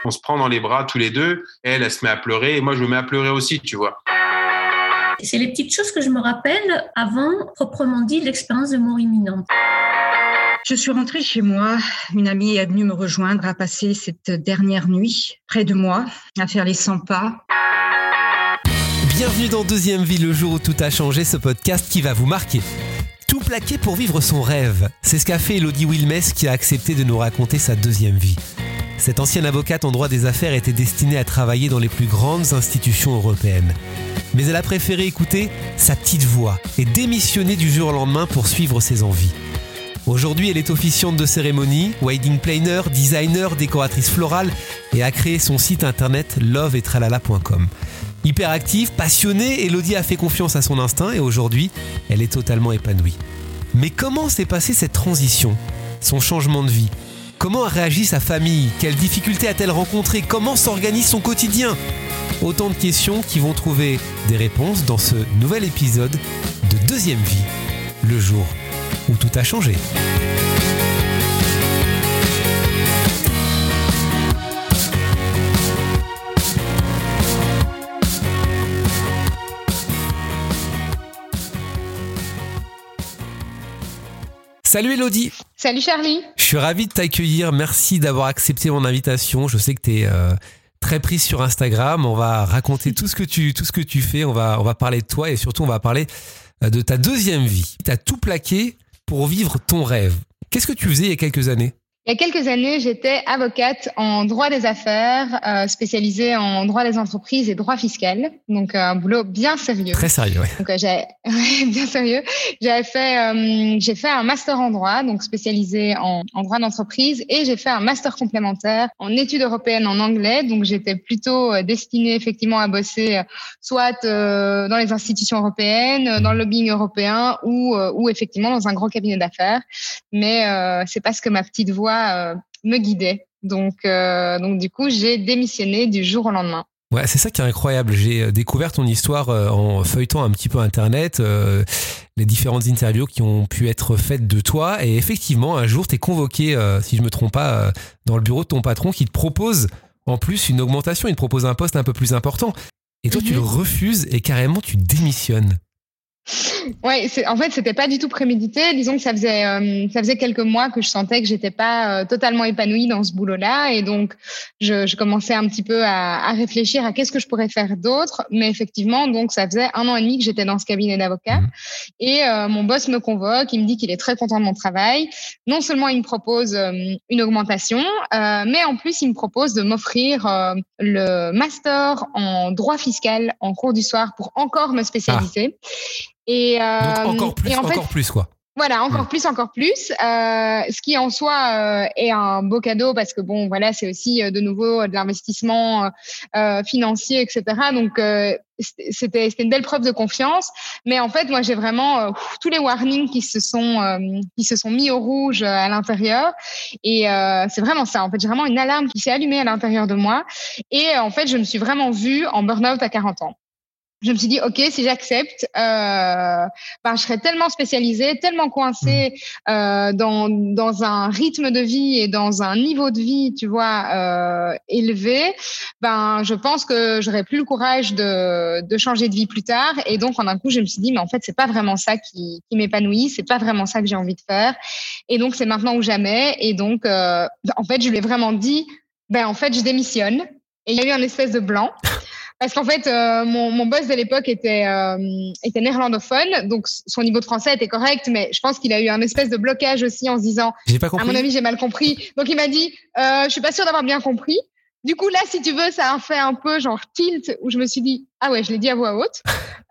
On se prend dans les bras tous les deux. Elle se met à pleurer et moi, je me mets à pleurer aussi, tu vois. C'est les petites choses que je me rappelle avant, proprement dit, l'expérience de mort imminente. Je suis rentrée chez moi. Une amie est venue me rejoindre, à passer cette dernière nuit près de moi, à faire les 100 pas. Bienvenue dans Deuxième Vie, le jour où tout a changé, ce podcast qui va vous marquer. Tout plaquer pour vivre son rêve. C'est ce qu'a fait Elodie Wilmès qui a accepté de nous raconter sa deuxième vie. Cette ancienne avocate en droit des affaires était destinée à travailler dans les plus grandes institutions européennes. Mais elle a préféré écouter sa petite voix et démissionner du jour au lendemain pour suivre ses envies. Aujourd'hui, elle est officiante de cérémonie, wedding planner, designer, décoratrice florale et a créé son site internet loveetralala.com. Hyperactive, passionnée, Elodie a fait confiance à son instinct et aujourd'hui, elle est totalement épanouie. Mais comment s'est passée cette transition, son changement de vie ? Comment a réagi sa famille ? Quelles difficultés a-t-elle rencontrées ? Comment s'organise son quotidien ? Autant de questions qui vont trouver des réponses dans ce nouvel épisode de Deuxième Vie, le jour où tout a changé. Salut Elodie. Salut Charlie. Je suis ravi de t'accueillir. Merci d'avoir accepté mon invitation. Je sais que tu es très prise sur Instagram. On va raconter tout ce que tu fais. On va parler de toi et surtout on va parler de ta deuxième vie. Tu as tout plaqué pour vivre ton rêve. Qu'est-ce que tu faisais il y a quelques années ? Il y a quelques années, j'étais avocate en droit des affaires, spécialisée en droit des entreprises et droit fiscal. Donc, un boulot bien sérieux. Très sérieux, oui. Donc, bien sérieux. J'ai fait un master en droit, donc spécialisé en droit d'entreprise, et j'ai fait un master complémentaire en études européennes en anglais. Donc, j'étais plutôt destinée effectivement à bosser soit dans les institutions européennes, dans le lobbying européen ou effectivement dans un gros cabinet d'affaires. Mais c'est parce que ma petite voix me guidait. Donc du coup, j'ai démissionné du jour au lendemain. Ouais, c'est ça qui est incroyable. J'ai découvert ton histoire en feuilletant un petit peu Internet, les différentes interviews qui ont pu être faites de toi. Et effectivement, un jour, t'es convoqué, si je me trompe pas, dans le bureau de ton patron qui te propose en plus une augmentation. Il te propose un poste un peu plus important. Et toi, tu le refuses et carrément, tu démissionnes. Ouais, en fait, c'était pas du tout prémédité. Disons que ça faisait quelques mois que je sentais que j'étais pas totalement épanouie dans ce boulot-là, et donc je commençais un petit peu à réfléchir à qu'est-ce que je pourrais faire d'autre. Mais effectivement, donc ça faisait 1 an et demi que j'étais dans ce cabinet d'avocats, et mon boss me convoque, il me dit qu'il est très content de mon travail. Non seulement il me propose une augmentation, mais en plus il me propose de m'offrir le master en droit fiscal en cours du soir pour encore me spécialiser. Et donc encore plus quoi. Voilà, encore plus. Ce qui en soi est un beau cadeau parce que bon, voilà, c'est aussi de nouveau de l'investissement financier, etc. Donc c'était une belle preuve de confiance. Mais en fait, moi, j'ai vraiment tous les warnings qui se sont mis au rouge à l'intérieur. Et c'est vraiment ça. En fait, j'ai vraiment une alarme qui s'est allumée à l'intérieur de moi. Et en fait, je me suis vraiment vue en burn-out à 40 ans. Je me suis dit, OK, si j'accepte, je serai tellement spécialisée, tellement coincée dans un rythme de vie et dans un niveau de vie, tu vois, élevé. Je pense que j'aurai plus le courage de changer de vie plus tard. Et donc, en un coup, je me suis dit, mais en fait, c'est pas vraiment ça qui m'épanouit, c'est pas vraiment ça que j'ai envie de faire. Et donc, c'est maintenant ou jamais. Et donc, en fait, je lui ai vraiment dit, en fait, je démissionne. Et il y a eu un espèce de blanc. Parce qu'en fait, mon boss de l'époque était néerlandophone, donc son niveau de français était correct, mais je pense qu'il a eu un espèce de blocage aussi en se disant, j'ai pas compris. À mon avis, j'ai mal compris. Donc il m'a dit, je suis pas sûre d'avoir bien compris. Du coup, là, si tu veux, ça a fait un peu genre tilt, où je me suis dit, ah ouais, je l'ai dit à voix haute.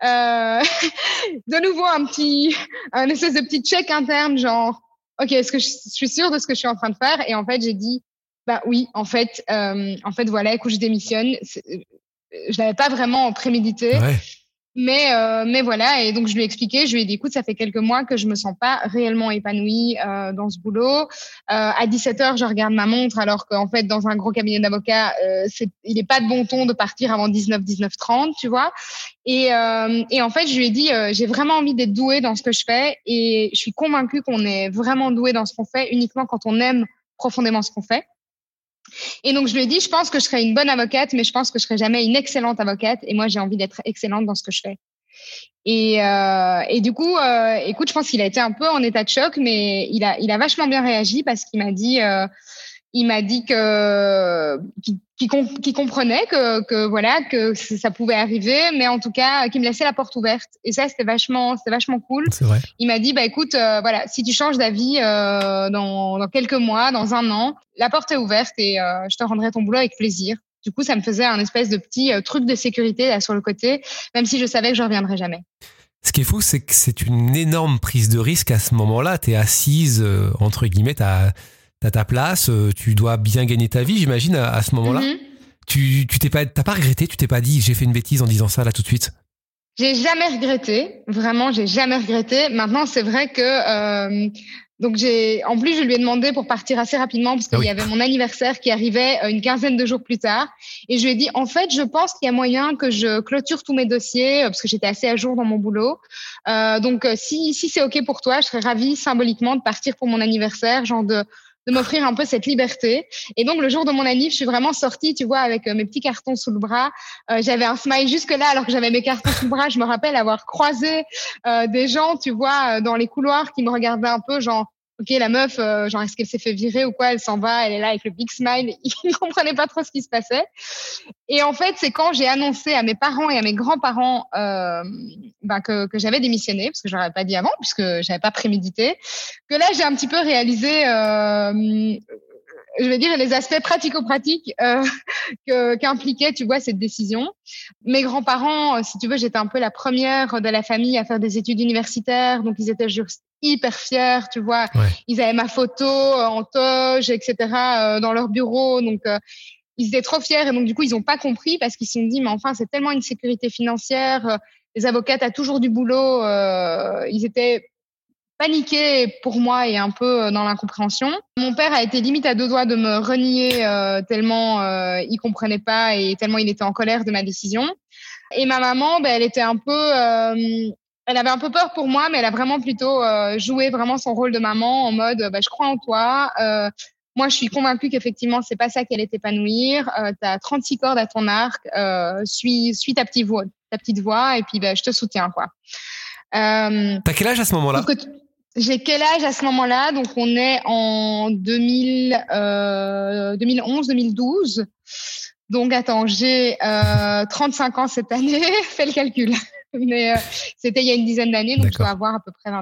De nouveau, un espèce de petit check interne, genre, ok, est-ce que je suis sûre de ce que je suis en train de faire? Et en fait, j'ai dit, oui, en fait, voilà, écoute, je démissionne. Je l'avais pas vraiment prémédité, mais voilà. Et donc je lui ai expliqué, je lui ai dit, écoute, ça fait quelques mois que je me sens pas réellement épanouie dans ce boulot. À 17h, je regarde ma montre, alors qu'en fait, dans un gros cabinet d'avocats, il est pas de bon ton de partir avant 19h30, tu vois. Et en fait, je lui ai dit, j'ai vraiment envie d'être douée dans ce que je fais, et je suis convaincue qu'on est vraiment doué dans ce qu'on fait uniquement quand on aime profondément ce qu'on fait. Et donc, je lui ai dit, je pense que je serai une bonne avocate, mais je pense que je serai jamais une excellente avocate. Et moi, j'ai envie d'être excellente dans ce que je fais. Et du coup, écoute, je pense qu'il a été un peu en état de choc, mais il a vachement bien réagi parce qu'il m'a dit qu'il comprenait que voilà, que ça pouvait arriver, mais en tout cas, qu'il me laissait la porte ouverte. Et ça, c'était vachement cool. C'est vrai. Il m'a dit, écoute, voilà, si tu changes d'avis, dans quelques mois, dans un an, la porte est ouverte et, je te rendrai ton boulot avec plaisir. Du coup, ça me faisait un espèce de petit truc de sécurité là sur le côté, même si je savais que je reviendrais jamais. Ce qui est fou, c'est que c'est une énorme prise de risque à ce moment-là. T'es assise, entre guillemets, t'as ta place, tu dois bien gagner ta vie, j'imagine, à ce moment-là. Mm-hmm. T'as pas regretté, tu t'es pas dit, j'ai fait une bêtise en disant ça là tout de suite? J'ai jamais regretté, vraiment, j'ai jamais regretté. Maintenant, c'est vrai que donc en plus, je lui ai demandé pour partir assez rapidement parce qu'il y avait mon anniversaire qui arrivait une quinzaine de jours plus tard. Et je lui ai dit, en fait, je pense qu'il y a moyen que je clôture tous mes dossiers parce que j'étais assez à jour dans mon boulot. Donc, si c'est OK pour toi, je serais ravie symboliquement de partir pour mon anniversaire, genre de m'offrir un peu cette liberté. Et donc, le jour de mon anniv, je suis vraiment sortie, tu vois, avec mes petits cartons sous le bras. J'avais un smile jusque-là, alors que j'avais mes cartons sous le bras. Je me rappelle avoir croisé des gens, tu vois, dans les couloirs qui me regardaient un peu, genre, OK, la meuf, genre, est-ce qu'elle s'est fait virer ou quoi? Elle s'en va, elle est là avec le big smile. Ils ne comprenaient pas trop ce qui se passait. Et en fait, c'est quand j'ai annoncé à mes parents et à mes grands-parents que j'avais démissionné, parce que je leur avais pas dit avant, puisque j'avais pas prémédité, que là, j'ai un petit peu réalisé, je vais dire, les aspects pratico-pratiques qu'impliquait, tu vois, cette décision. Mes grands-parents, si tu veux, j'étais un peu la première de la famille à faire des études universitaires, donc ils étaient juste hyper fiers, tu vois. Ouais. Ils avaient ma photo en toge, etc., dans leur bureau, donc ils étaient trop fiers. Et donc, du coup, ils n'ont pas compris parce qu'ils se sont dit, mais enfin, c'est tellement une sécurité financière. Les avocats, t'as toujours du boulot. Ils étaient paniqués pour moi et un peu dans l'incompréhension. Mon père a été limite à deux doigts de me renier tellement il comprenait pas et tellement il était en colère de ma décision. Et ma maman, elle était un peu... elle avait un peu peur pour moi, mais elle a vraiment plutôt joué vraiment son rôle de maman en mode je crois en toi. Moi, je suis convaincue qu'effectivement, c'est pas ça qui allait t'épanouir. Tu as 36 cordes à ton arc. Suis ta petite voix et puis je te soutiens, quoi. T'as quel âge à ce moment-là? J'ai quel âge à ce moment-là? Donc, on est en 2011, 2012. Donc, attends, j'ai 35 ans cette année. Fais le calcul. Mais c'était il y a une dizaine d'années, donc je dois avoir à peu près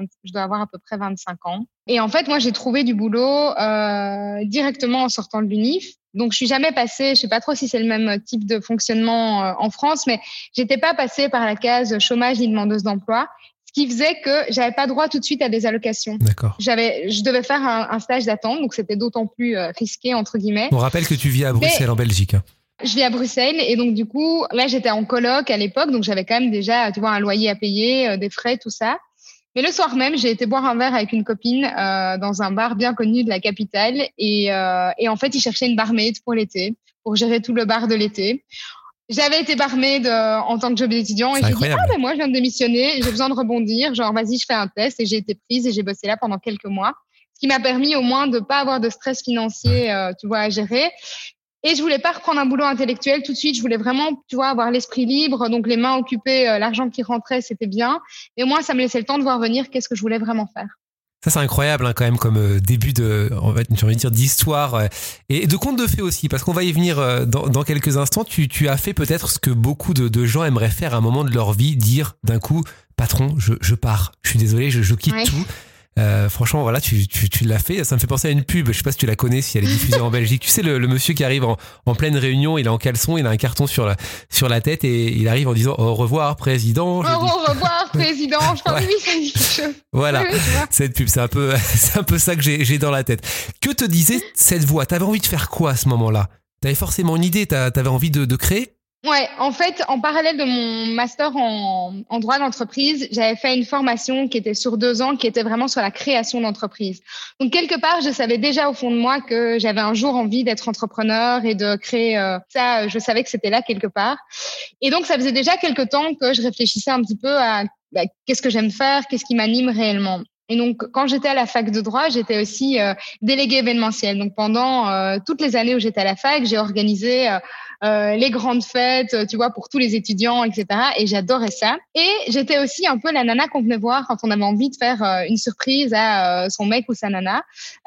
25 ans. Et en fait, moi, j'ai trouvé du boulot directement en sortant de l'UNIF. Donc, je suis jamais passée, je sais pas trop si c'est le même type de fonctionnement en France, mais j'étais pas passée par la case chômage ni demandeuse d'emploi, ce qui faisait que j'avais pas droit tout de suite à des allocations. D'accord. Je devais faire un stage d'attente, donc c'était d'autant plus risqué, entre guillemets. On rappelle que tu vis à Bruxelles, en Belgique. Je vis à Bruxelles et donc du coup, là, j'étais en coloc à l'époque, donc j'avais quand même déjà, tu vois, un loyer à payer, des frais, tout ça. Mais le soir même, j'ai été boire un verre avec une copine dans un bar bien connu de la capitale et en fait, ils cherchaient une barmaid pour l'été, pour gérer tout le bar de l'été. J'avais été barmaid en tant que job d'étudiant et j'ai dit moi, je viens de démissionner, j'ai besoin de rebondir, genre vas-y, je fais un test et j'ai été prise et j'ai bossé là pendant quelques mois, ce qui m'a permis au moins de pas avoir de stress financier, tu vois, à gérer. Et je voulais pas reprendre un boulot intellectuel tout de suite. Je voulais vraiment, tu vois, avoir l'esprit libre, donc les mains occupées, l'argent qui rentrait, c'était bien. Et au moins, ça me laissait le temps de voir venir qu'est-ce que je voulais vraiment faire. Ça, c'est incroyable, hein, quand même, comme début de, j'ai envie de dire, d'histoire et de conte de fées aussi, parce qu'on va y venir dans quelques instants. Tu as fait peut-être ce que beaucoup de gens aimeraient faire à un moment de leur vie, dire d'un coup, patron, je pars. Je suis désolé, je quitte tout. Franchement, voilà, tu l'as fait. Ça me fait penser à une pub. Je sais pas si tu la connais, si elle est diffusée en Belgique. Tu sais, le monsieur qui arrive en pleine réunion, il est en caleçon, il a un carton sur la tête et il arrive en disant au revoir, président. Au revoir, président. Je crois que oui, ça dit quelque chose. Voilà, oui, cette pub, c'est un peu ça que j'ai dans la tête. Que te disait cette voix? T'avais envie de faire quoi à ce moment-là? T'avais forcément une idée, t'avais envie de créer? Ouais, en fait, en parallèle de mon master en droit d'entreprise, j'avais fait une formation qui était sur 2 ans, qui était vraiment sur la création d'entreprise. Donc, quelque part, je savais déjà au fond de moi que j'avais un jour envie d'être entrepreneur et de créer ça. Je savais que c'était là quelque part. Et donc, ça faisait déjà quelque temps que je réfléchissais un petit peu à qu'est-ce que j'aime faire, qu'est-ce qui m'anime réellement. Et donc, quand j'étais à la fac de droit, j'étais aussi déléguée événementielle. Donc, pendant toutes les années où j'étais à la fac, j'ai organisé les grandes fêtes, tu vois, pour tous les étudiants, etc. Et j'adorais ça. Et j'étais aussi un peu la nana qu'on venait voir quand on avait envie de faire une surprise à son mec ou sa nana.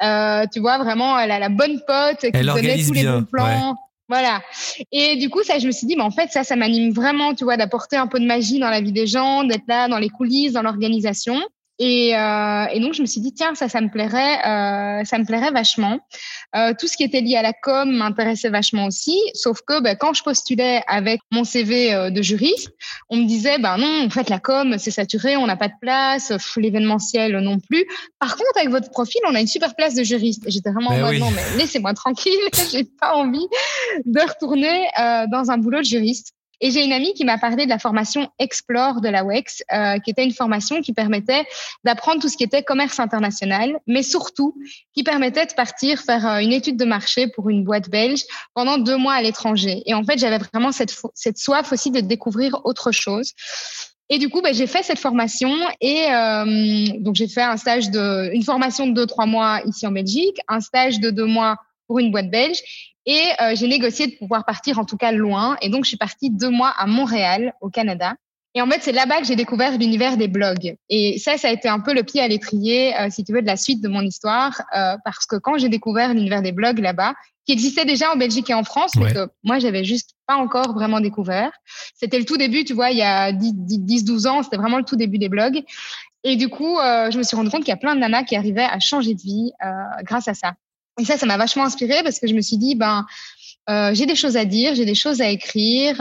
Tu vois, vraiment, la bonne pote qui donnait tous les bons plans. Ouais. Voilà. Et du coup, ça, je me suis dit, mais en fait, ça m'anime vraiment, tu vois, d'apporter un peu de magie dans la vie des gens, d'être là dans les coulisses, dans l'organisation. Et donc, je me suis dit, tiens, ça me plairait vachement. Tout ce qui était lié à la com m'intéressait vachement aussi. Sauf que, quand je postulais avec mon CV de juriste, on me disait, non, en fait, la com, c'est saturé, on n'a pas de place, l'événementiel non plus. Par contre, avec votre profil, on a une super place de juriste. Et j'étais vraiment en mode, non, mais laissez-moi tranquille, j'ai pas envie de retourner dans un boulot de juriste. Et j'ai une amie qui m'a parlé de la formation Explore de la WEX, qui était une formation qui permettait d'apprendre tout ce qui était commerce international, mais surtout qui permettait de partir faire une étude de marché pour une boîte belge pendant 2 mois à l'étranger. Et en fait, j'avais vraiment cette soif aussi de découvrir autre chose. Et du coup, j'ai fait cette formation et donc j'ai fait une formation de 2-3 mois ici en Belgique, un stage de 2 mois pour une boîte belge. Et j'ai négocié de pouvoir partir en tout cas loin. Et donc, je suis partie 2 mois à Montréal, au Canada. Et en fait, c'est là-bas que j'ai découvert l'univers des blogs. Et ça a été un peu le pied à l'étrier, si tu veux, de la suite de mon histoire. Parce que quand j'ai découvert l'univers des blogs là-bas, qui existait déjà en Belgique et en France, mais que moi, j'avais juste pas encore vraiment découvert. C'était le tout début, tu vois, il y a 10-12 ans, c'était vraiment le tout début des blogs. Et du coup, je me suis rendu compte qu'il y a plein de nanas qui arrivaient à changer de vie grâce à ça. Et ça m'a vachement inspirée parce que je me suis dit, j'ai des choses à dire, j'ai des choses à écrire.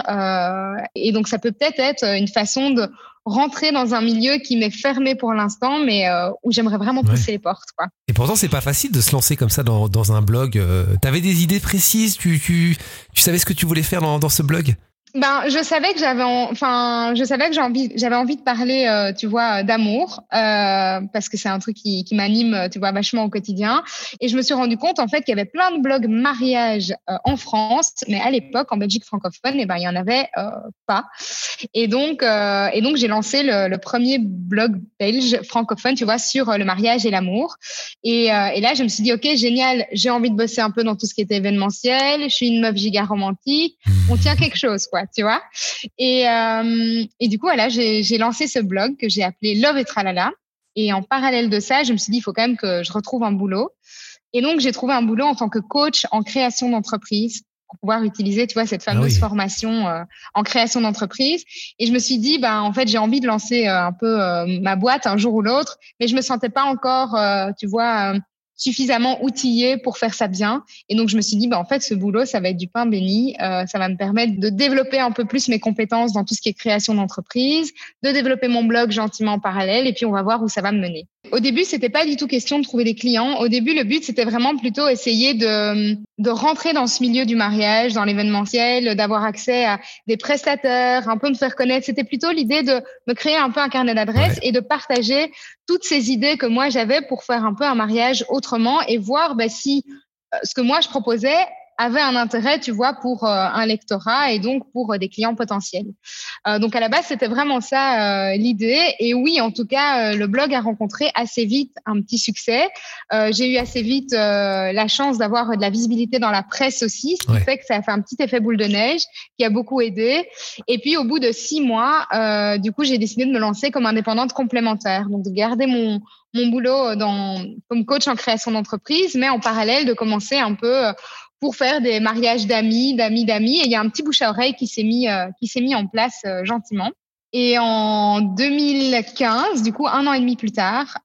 Et donc, ça peut peut-être être une façon de rentrer dans un milieu qui m'est fermé pour l'instant, mais où j'aimerais vraiment pousser les portes, quoi. Et pourtant, c'est pas facile de se lancer comme ça dans un blog. T'avais des idées précises? Tu savais ce que tu voulais faire dans ce blog? Je savais que j'avais envie de parler, tu vois, d'amour, parce que c'est un truc qui m'anime, tu vois, vachement au quotidien. Et je me suis rendu compte, en fait, qu'il y avait plein de blogs mariage en France, mais à l'époque, en Belgique francophone, il y en avait pas. Et donc, j'ai lancé le premier blog belge francophone, tu vois, sur le mariage et l'amour. Et là, je me suis dit, ok, génial, j'ai envie de bosser un peu dans tout ce qui était événementiel. Je suis une meuf giga romantique. On tient quelque chose, quoi. Tu vois. Et du coup, voilà, j'ai lancé ce blog que j'ai appelé Love et Tralala. Et en parallèle de ça, je me suis dit, il faut quand même que je retrouve un boulot. Et donc, j'ai trouvé un boulot en tant que coach en création d'entreprise pour pouvoir utiliser, tu vois, cette fameuse formation en création d'entreprise. Et je me suis dit, en fait, j'ai envie de lancer un peu ma boîte un jour ou l'autre, mais je me sentais pas encore, tu vois, suffisamment outillée pour faire ça bien. Et donc, je me suis dit, en fait, ce boulot, ça va être du pain béni. Ça va me permettre de développer un peu plus mes compétences dans tout ce qui est création d'entreprise, de développer mon blog gentiment en parallèle, et puis on va voir où ça va me mener. Au début, c'était pas du tout question de trouver des clients. Au début, le but, c'était vraiment plutôt essayer de rentrer dans ce milieu du mariage, dans l'événementiel, d'avoir accès à des prestataires, un peu me faire connaître. C'était plutôt l'idée de me créer un peu un carnet d'adresses et de partager toutes ces idées que moi j'avais pour faire un peu un mariage autrement et voir si ce que moi je proposais avait un intérêt, tu vois, pour un lectorat et donc pour des clients potentiels. Donc à la base, c'était vraiment ça l'idée. Et oui, en tout cas, le blog a rencontré assez vite un petit succès. J'ai eu assez vite la chance d'avoir de la visibilité dans la presse aussi, ce qui fait que ça a fait un petit effet boule de neige qui a beaucoup aidé. Et puis au bout de 6 mois, du coup, j'ai décidé de me lancer comme indépendante complémentaire, donc de garder mon boulot comme coach en création d'entreprise, mais en parallèle de commencer un peu pour faire des mariages d'amis. Et il y a un petit bouche à oreille qui s'est mis en place gentiment. Et en 2015, du coup, 1 an et demi plus tard,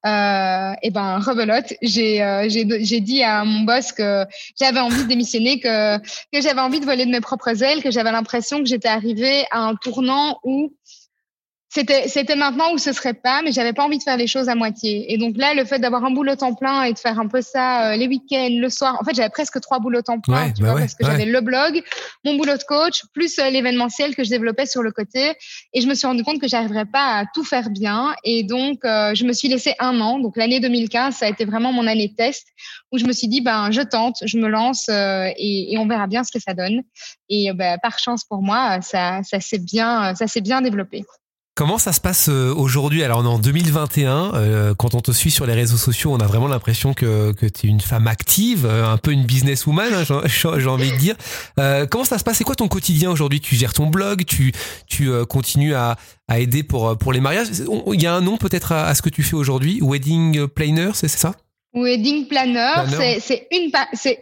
rebelote, j'ai dit à mon boss que j'avais envie de démissionner, que j'avais envie de voler de mes propres ailes, que j'avais l'impression que j'étais arrivée à un tournant où c'était maintenant ou ce serait pas, mais j'avais pas envie de faire les choses à moitié. Et donc là, le fait d'avoir un boulot temps plein et de faire un peu ça les week-ends, le soir, en fait, j'avais presque 3 boulots temps plein, parce que j'avais le blog, mon boulot de coach, plus l'événementiel que je développais sur le côté. Et je me suis rendu compte que j'arriverais pas à tout faire bien. Et donc, je me suis laissé 1 an. Donc, l'année 2015, ça a été vraiment mon année de test où je me suis dit, je tente, je me lance et on verra bien ce que ça donne. Et par chance pour moi, ça s'est bien développé. Comment ça se passe aujourd'hui? Alors on est en 2021, quand on te suit sur les réseaux sociaux, on a vraiment l'impression que tu es une femme active, un peu une businesswoman, hein, j'ai envie de dire. Comment ça se passe? C'est quoi ton quotidien aujourd'hui? Tu gères ton blog, tu continues à aider pour les mariages. Il y a un nom peut-être à ce que tu fais aujourd'hui, Wedding Planner, c'est ça? Wedding planner, c'est une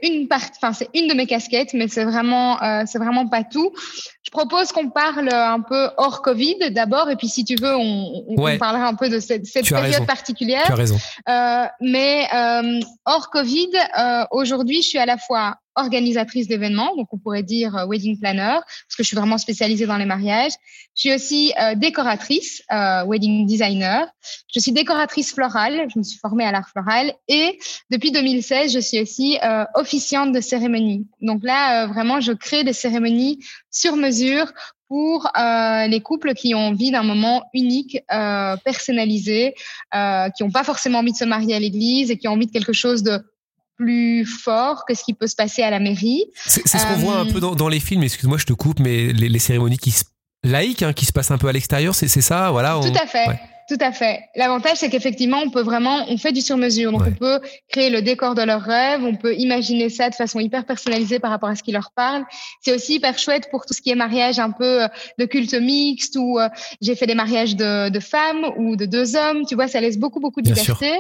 de mes casquettes, mais c'est vraiment pas tout. Je propose qu'on parle un peu hors Covid d'abord, et puis si tu veux, on parlera un peu de cette période particulière. Tu as raison. Mais hors Covid, aujourd'hui, je suis à la fois organisatrice d'événements, donc on pourrait dire wedding planner, parce que je suis vraiment spécialisée dans les mariages. Je suis aussi décoratrice, wedding designer. Je suis décoratrice florale, je me suis formée à l'art floral, et depuis 2016, je suis aussi officiante de cérémonie. Donc là, vraiment, je crée des cérémonies sur mesure pour les couples qui ont envie d'un moment unique, personnalisé, qui n'ont pas forcément envie de se marier à l'église et qui ont envie de quelque chose de plus fort que ce qui peut se passer à la mairie. C'est ce qu'on voit un peu dans les films, excuse-moi, je te coupe, mais les cérémonies laïques, hein, qui se passent un peu à l'extérieur, c'est ça, voilà. Tout à fait. Ouais. Tout à fait. L'avantage, c'est qu'effectivement, on fait du sur-mesure. Donc, on peut créer le décor de leurs rêves. On peut imaginer ça de façon hyper personnalisée par rapport à ce qui leur parle. C'est aussi hyper chouette pour tout ce qui est mariage un peu de culte mixte, ou j'ai fait des mariages de femmes ou de 2 hommes. Tu vois, ça laisse beaucoup de liberté.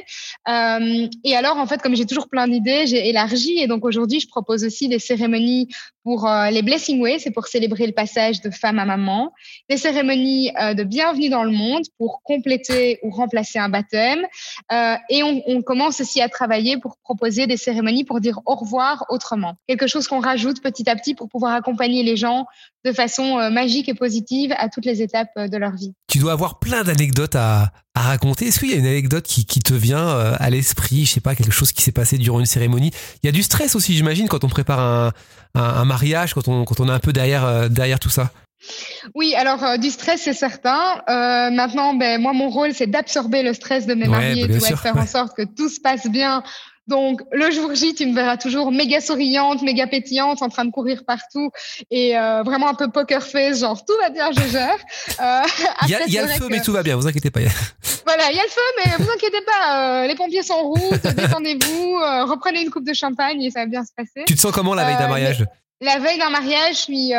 Et alors, en fait, comme j'ai toujours plein d'idées, j'ai élargi. Et donc, aujourd'hui, je propose aussi des cérémonies pour les Blessing Way, c'est pour célébrer le passage de femme à maman. Des cérémonies de bienvenue dans le monde pour compléter ou remplacer un baptême. Et on commence aussi à travailler pour proposer des cérémonies pour dire au revoir autrement. Quelque chose qu'on rajoute petit à petit pour pouvoir accompagner les gens de façon magique et positive à toutes les étapes de leur vie. Tu dois avoir plein d'anecdotes à raconter. Est-ce qu'il y a une anecdote qui te vient à l'esprit? Je sais pas, quelque chose qui s'est passé durant une cérémonie. Il y a du stress aussi, j'imagine, quand on prépare un mariage, quand on est un peu derrière tout ça. Oui, alors du stress, c'est certain. Maintenant, moi, mon rôle, c'est d'absorber le stress de mes mariés, de faire en sorte que tout se passe bien. Donc, le jour J, tu me verras toujours méga souriante, méga pétillante, en train de courir partout et vraiment un peu poker face, genre tout va bien, je gère. Il y a le feu, mais tout va bien, vous inquiétez pas. Voilà, il y a le feu, mais vous inquiétez pas, les pompiers sont en route, détendez-vous, reprenez une coupe de champagne et ça va bien se passer. Tu te sens comment la veille d'un mariage? La veille d'un mariage,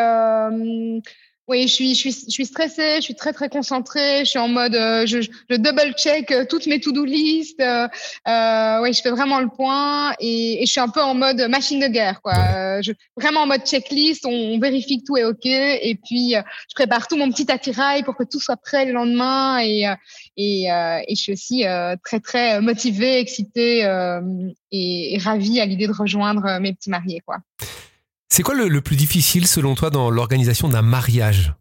je suis stressée, je suis très très concentrée, je suis en mode je double check toutes mes to-do list, je fais vraiment le point et je suis un peu en mode machine de guerre, quoi. Vraiment en mode checklist, on vérifie que tout est OK et puis je prépare tout mon petit attirail pour que tout soit prêt le lendemain et je suis aussi très très motivée, excitée et ravie à l'idée de rejoindre mes petits mariés, quoi. C'est quoi le plus difficile selon toi dans l'organisation d'un mariage?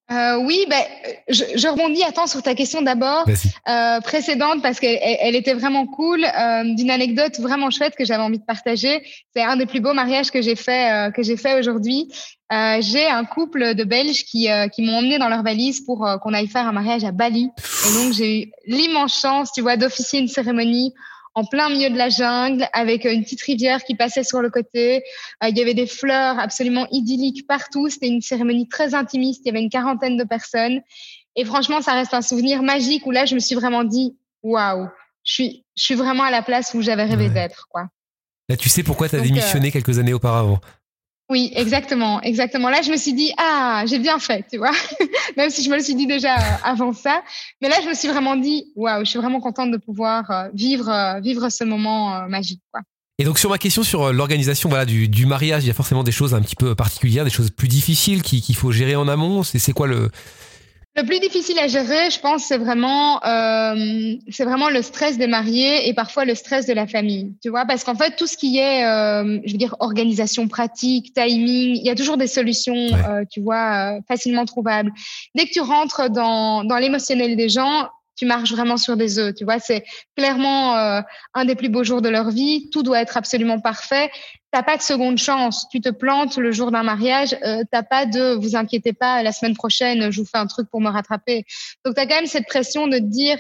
Je rebondis sur ta question d'abord précédente parce qu'elle était vraiment cool, d'une anecdote vraiment chouette que j'avais envie de partager. C'est un des plus beaux mariages que j'ai fait aujourd'hui. J'ai un couple de Belges qui m'ont emmené dans leur valise pour qu'on aille faire un mariage à Bali. Et donc j'ai eu l'immense chance, tu vois, d'officier une cérémonie en plein milieu de la jungle, avec une petite rivière qui passait sur le côté. Il y avait des fleurs absolument idylliques partout. C'était une cérémonie très intimiste. Il y avait une 40aine de personnes. Et franchement, ça reste un souvenir magique où là, je me suis vraiment dit, waouh, je suis vraiment à la place où j'avais rêvé d'être, quoi. Là, tu sais pourquoi tu as démissionné quelques années auparavant. Oui, exactement. Là, je me suis dit, j'ai bien fait, tu vois. Même si je me le suis dit déjà avant ça. Mais là, je me suis vraiment dit, waouh, je suis vraiment contente de pouvoir vivre ce moment magique, quoi. Et donc, sur ma question sur l'organisation du mariage, il y a forcément des choses un petit peu particulières, des choses plus difficiles qu'il faut gérer en amont. C'est quoi le plus difficile à gérer, je pense, c'est vraiment le stress des mariés et parfois le stress de la famille, tu vois, parce qu'en fait, tout ce qui est, organisation pratique, timing, il y a toujours des solutions, tu vois, facilement trouvables. Dès que tu rentres dans l'émotionnel des gens, tu marches vraiment sur des œufs, tu vois. C'est clairement un des plus beaux jours de leur vie. Tout doit être absolument parfait. T'as pas de seconde chance. Tu te plantes le jour d'un mariage, t'as pas de vous inquiétez pas, la semaine prochaine, je vous fais un truc pour me rattraper. Donc t'as quand même cette pression de te dire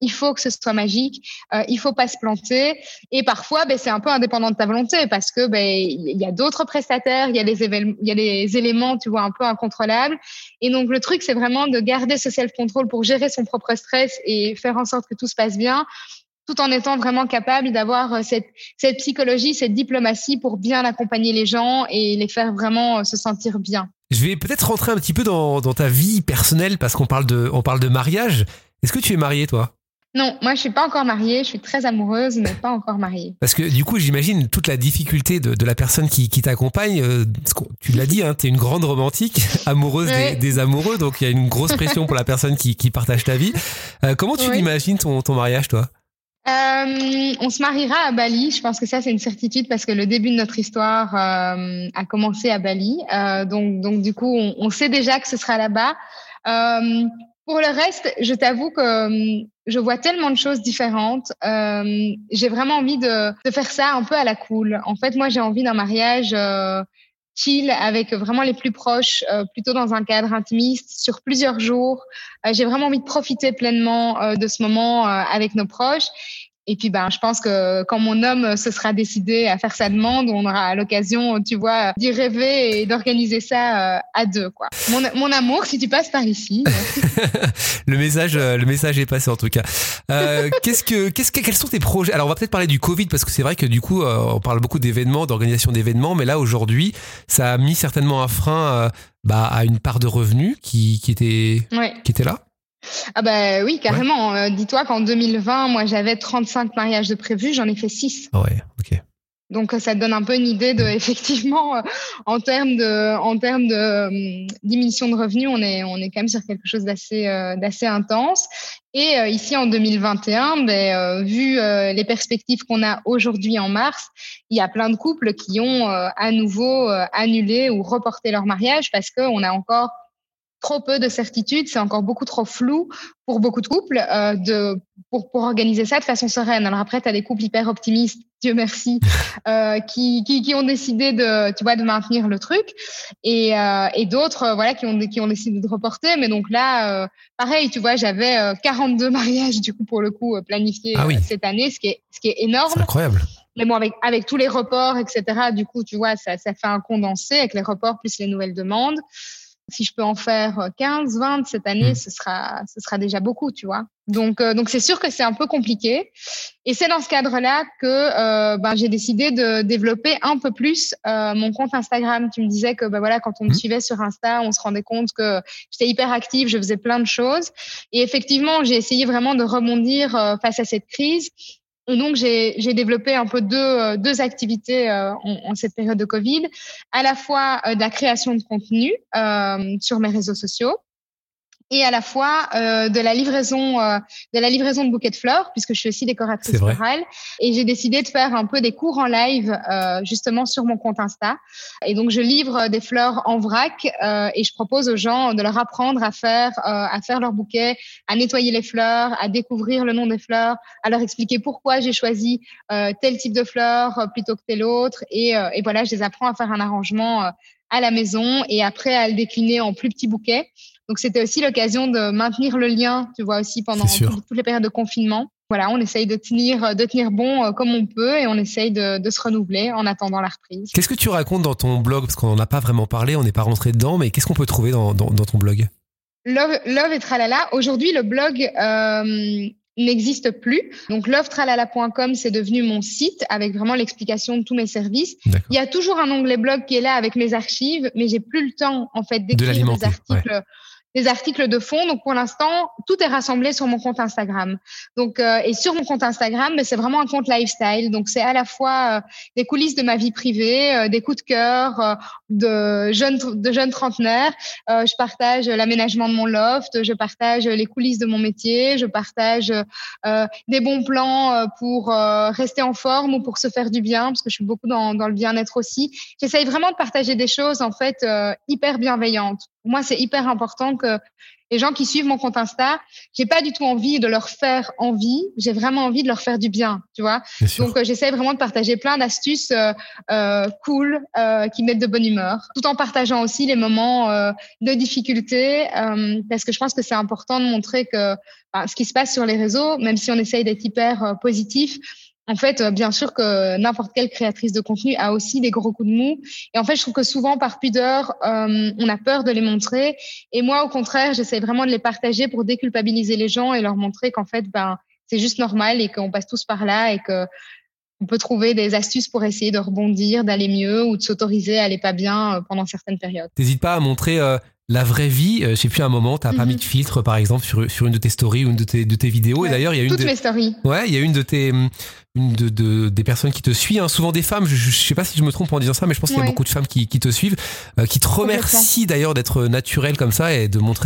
il faut que ce soit magique, il faut pas se planter. Et parfois, c'est un peu indépendant de ta volonté parce que il y a d'autres prestataires, il y a des éléments, tu vois, un peu incontrôlables. Et donc, le truc, c'est vraiment de garder ce self-control pour gérer son propre stress et faire en sorte que tout se passe bien, tout en étant vraiment capable d'avoir cette psychologie, cette diplomatie pour bien accompagner les gens et les faire vraiment se sentir bien. Je vais peut-être rentrer un petit peu dans ta vie personnelle parce qu'on parle de mariage. Est-ce que tu es mariée, toi ? Non, moi je suis pas encore mariée, je suis très amoureuse, mais pas encore mariée. Parce que du coup, j'imagine toute la difficulté de la personne qui t'accompagne. Tu l'as dit, hein, t'es une grande romantique, amoureuse des amoureux, donc il y a une grosse pression pour la personne qui partage ta vie. Comment tu l'imagines ton mariage, toi ? On se mariera à Bali. Je pense que ça, c'est une certitude parce que le début de notre histoire a commencé à Bali. Donc du coup, on sait déjà que ce sera là-bas. Pour le reste, je t'avoue que je vois tellement de choses différentes. J'ai vraiment envie de faire ça un peu à la cool. En fait, moi, j'ai envie d'un mariage chill avec vraiment les plus proches, plutôt dans un cadre intimiste, sur plusieurs jours. J'ai vraiment envie de profiter pleinement de ce moment avec nos proches. Et puis, je pense que quand mon homme se sera décidé à faire sa demande, on aura l'occasion, tu vois, d'y rêver et d'organiser ça à deux, quoi. Mon amour, si tu passes par ici. Le message est passé en tout cas. Quels sont tes projets ? Alors, on va peut-être parler du Covid parce que c'est vrai que du coup, on parle beaucoup d'événements, d'organisation d'événements, mais là aujourd'hui, ça a mis certainement un frein à une part de revenus qui était là. Ah oui, carrément. Ouais. Dis-toi qu'en 2020, moi, j'avais 35 mariages de prévus, j'en ai fait 6. Ouais, ok. Donc, ça te donne un peu une idée de, effectivement, en termes de diminution de revenus, on est quand même sur quelque chose d'assez intense. Et ici, en 2021, vu les perspectives qu'on a aujourd'hui en mars, il y a plein de couples qui ont à nouveau annulé ou reporté leur mariage parce qu'on a encore trop peu de certitudes, c'est encore beaucoup trop flou pour beaucoup de couples pour organiser ça de façon sereine. Alors après, tu as des couples hyper optimistes, Dieu merci, qui ont décidé de maintenir le truc et d'autres qui ont décidé de reporter. Mais donc là, pareil, tu vois, j'avais 42 mariages du coup pour le coup planifiés cette année, ce qui est énorme. C'est incroyable. Mais bon, avec tous les reports, etc., du coup, tu vois, ça fait un condensé avec les reports plus les nouvelles demandes. Si je peux en faire 15, 20 cette année, ce sera déjà beaucoup, tu vois. Donc c'est sûr que c'est un peu compliqué. Et c'est dans ce cadre-là que j'ai décidé de développer un peu plus mon compte Instagram. Tu me disais que quand on me suivait sur Insta, on se rendait compte que j'étais hyper active, je faisais plein de choses. Et effectivement, j'ai essayé vraiment de rebondir face à cette crise. Et donc, j'ai développé un peu deux activités en cette période de Covid, à la fois de la création de contenu sur mes réseaux sociaux et à la fois de la livraison de bouquets de fleurs, puisque je suis aussi décoratrice florale. Et j'ai décidé de faire un peu des cours en live justement sur mon compte Insta. Et donc, je livre des fleurs en vrac et je propose aux gens de leur apprendre à faire leur bouquet, à nettoyer les fleurs, à découvrir le nom des fleurs, à leur expliquer pourquoi j'ai choisi tel type de fleurs plutôt que tel autre. Et voilà, je les apprends à faire un arrangement à la maison et après à le décliner en plus petits bouquets. Donc, c'était aussi l'occasion de maintenir le lien, tu vois, aussi pendant toutes les périodes de confinement. Voilà, on essaye de tenir bon comme on peut et on essaye de se renouveler en attendant la reprise. Qu'est-ce que tu racontes dans ton blog ? Parce qu'on n'en a pas vraiment parlé, on n'est pas rentré dedans, mais qu'est-ce qu'on peut trouver dans ton blog ? Love et Tralala. Aujourd'hui, le blog n'existe plus. Donc, lovetralala.com, c'est devenu mon site avec vraiment l'explication de tous mes services. D'accord. Il y a toujours un onglet blog qui est là avec mes archives, mais j'ai plus le temps, en fait, d'écrire des articles. Des articles de fond. Donc, pour l'instant, tout est rassemblé sur mon compte Instagram. Donc, et sur mon compte Instagram, c'est vraiment un compte lifestyle. Donc, c'est à la fois des coulisses de ma vie privée, des coups de cœur de jeunes trentenaires. Je partage l'aménagement de mon loft, je partage les coulisses de mon métier, je partage des bons plans pour rester en forme ou pour se faire du bien, parce que je suis beaucoup dans le bien-être aussi. J'essaye vraiment de partager des choses, en fait, hyper bienveillantes. pour moi, c'est hyper important que les gens qui suivent mon compte Insta, j'ai pas du tout envie de leur faire envie, j'ai vraiment envie de leur faire du bien, tu vois. Donc, j'essaie vraiment de partager plein d'astuces cool qui mettent de bonne humeur, tout en partageant aussi les moments de difficulté, parce que je pense que c'est important de montrer que ce qui se passe sur les réseaux, même si on essaye d'être hyper positif, en fait, bien sûr que n'importe quelle créatrice de contenu a aussi des gros coups de mou. Et en fait, je trouve que souvent, par pudeur, on a peur de les montrer. Et moi, au contraire, j'essaie vraiment de les partager pour déculpabiliser les gens et leur montrer qu'en fait, c'est juste normal et qu'on passe tous par là et que on peut trouver des astuces pour essayer de rebondir, d'aller mieux ou de s'autoriser à aller pas bien pendant certaines périodes. T'hésites pas à montrer la vraie vie. Je sais plus, à un moment, t'as pas mis de filtre, par exemple, sur une de tes stories ou une de tes vidéos. Ouais, et d'ailleurs, il y a toutes mes stories. Ouais, il y a des personnes qui te suivent, souvent des femmes. Je sais pas si je me trompe en disant ça, mais je pense qu'il y a beaucoup de femmes qui te suivent, qui te remercient d'ailleurs d'être naturelle comme ça et de montrer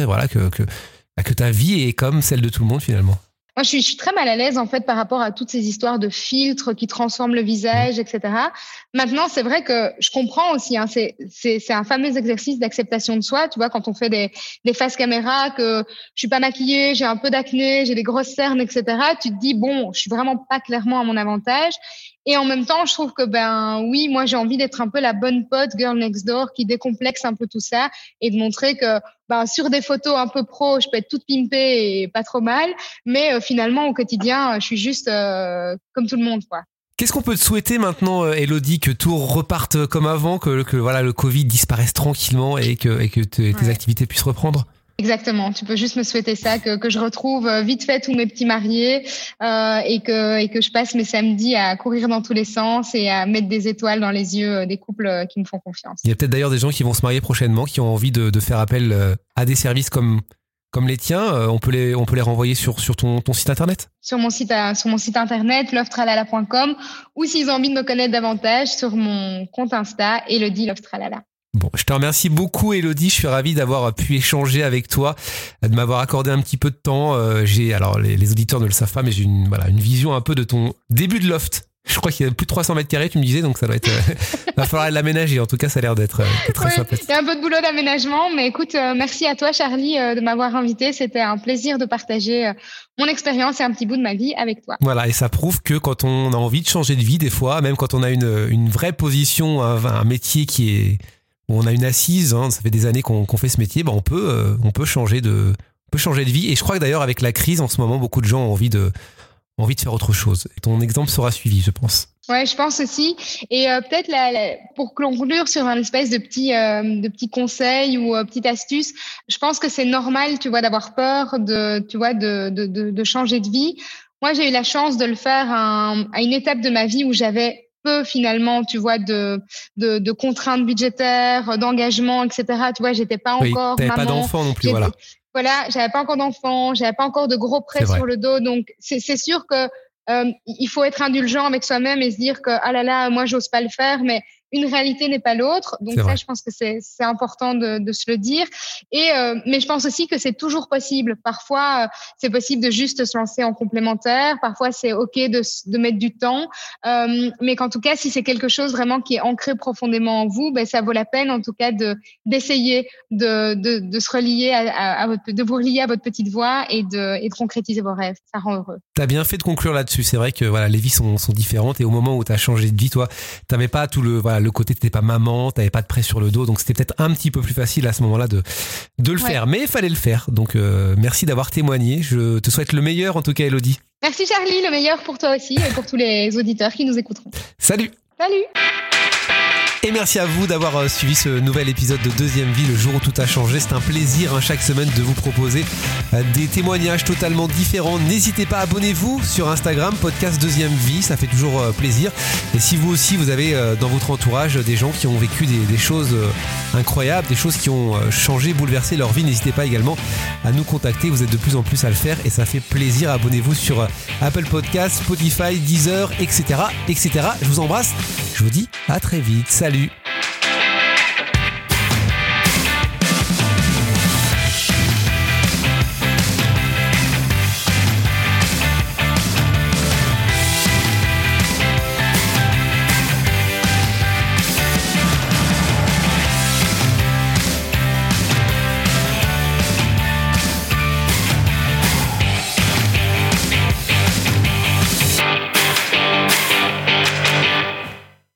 que ta vie est comme celle de tout le monde finalement. Moi, je suis très mal à l'aise, en fait, par rapport à toutes ces histoires de filtres qui transforment le visage, etc. Maintenant, c'est vrai que je comprends aussi, c'est un fameux exercice d'acceptation de soi. Tu vois, quand on fait des faces caméra, que je suis pas maquillée, j'ai un peu d'acné, j'ai des grosses cernes, etc. Tu te dis, bon, je suis vraiment pas clairement à mon avantage. Et en même temps, je trouve que, oui, moi, j'ai envie d'être un peu la bonne pote girl next door qui décomplexe un peu tout ça et de montrer que, sur des photos un peu pro, je peux être toute pimpée et pas trop mal. Mais finalement, au quotidien, je suis juste comme tout le monde, quoi. Qu'est-ce qu'on peut te souhaiter maintenant, Elodie, que tout reparte comme avant, que voilà, le Covid disparaisse tranquillement et que tes activités puissent reprendre? Exactement. Tu peux juste me souhaiter ça, que je retrouve vite fait tous mes petits mariés et que je passe mes samedis à courir dans tous les sens et à mettre des étoiles dans les yeux des couples qui me font confiance. Il y a peut-être d'ailleurs des gens qui vont se marier prochainement, qui ont envie de faire appel à des services comme les tiens. On peut les renvoyer sur ton site internet. Sur mon site internet, lovetralala.com, ou s'ils ont envie de me connaître davantage, sur mon compte Insta, Elodie Love Tralala. Bon, je te remercie beaucoup, Elodie. Je suis ravi d'avoir pu échanger avec toi, de m'avoir accordé un petit peu de temps. Alors les auditeurs ne le savent pas, mais j'ai une vision un peu de ton début de loft. Je crois qu'il y a plus de 300 mètres carrés, tu me disais, donc ça doit être. Va falloir l'aménager. En tout cas, ça a l'air d'être très sympathique. Il y a un peu de boulot d'aménagement, mais écoute, merci à toi, Charlie, de m'avoir invité. C'était un plaisir de partager mon expérience et un petit bout de ma vie avec toi. Voilà, et ça prouve que quand on a envie de changer de vie, des fois, même quand on a une vraie position, un métier où on a une assise, ça fait des années qu'on fait ce métier, on peut changer de vie. Et je crois que d'ailleurs, avec la crise, en ce moment, beaucoup de gens ont envie de faire autre chose. Et ton exemple sera suivi, je pense. Ouais, je pense aussi. Et peut-être pour conclure sur un espèce de petit conseil ou petite astuce, je pense que c'est normal, tu vois, d'avoir peur de changer de vie. Moi, j'ai eu la chance de le faire à une étape de ma vie où j'avais peu finalement, tu vois, de contraintes budgétaires, d'engagement, etc. Tu vois, j'étais pas encore maman. T'avais pas d'enfant non plus, voilà. Voilà, j'avais pas encore d'enfant, j'avais pas encore de gros prêts sur le dos, donc c'est sûr que il faut être indulgent avec soi-même et se dire que ah là là, moi j'ose pas le faire, mais une réalité n'est pas l'autre. Donc ça, je pense que c'est important de se le dire. Et mais je pense aussi que c'est toujours possible. Parfois, c'est possible de juste se lancer en complémentaire. Parfois, c'est ok de mettre du temps. Mais qu'en tout cas, si c'est quelque chose vraiment qui est ancré profondément en vous, ça vaut la peine en tout cas d'essayer de se relier de vous relier à votre petite voix et de concrétiser vos rêves. Ça rend heureux. T'as bien fait de conclure là-dessus. C'est vrai que voilà, les vies sont différentes et au moment où t'as changé de vie, toi, t'avais pas tout le côté, t'étais pas maman, t'avais pas de prêt sur le dos, donc c'était peut-être un petit peu plus facile à ce moment-là de le faire, mais il fallait le faire. Donc merci d'avoir témoigné. Je te souhaite le meilleur en tout cas, Elodie. Merci Charlie, le meilleur pour toi aussi et pour tous les auditeurs qui nous écouteront. Salut. Salut. Et merci à vous d'avoir suivi ce nouvel épisode de Deuxième Vie, le jour où tout a changé. C'est un plaisir chaque semaine de vous proposer des témoignages totalement différents. N'hésitez pas, abonnez-vous sur Instagram, podcast Deuxième Vie, ça fait toujours plaisir. Et si vous aussi, vous avez dans votre entourage des gens qui ont vécu des choses incroyables, des choses qui ont changé, bouleversé leur vie, n'hésitez pas également à nous contacter. Vous êtes de plus en plus à le faire et ça fait plaisir. Abonnez-vous sur Apple Podcasts, Spotify, Deezer, etc. Je vous embrasse. Je vous dis à très vite. Salut.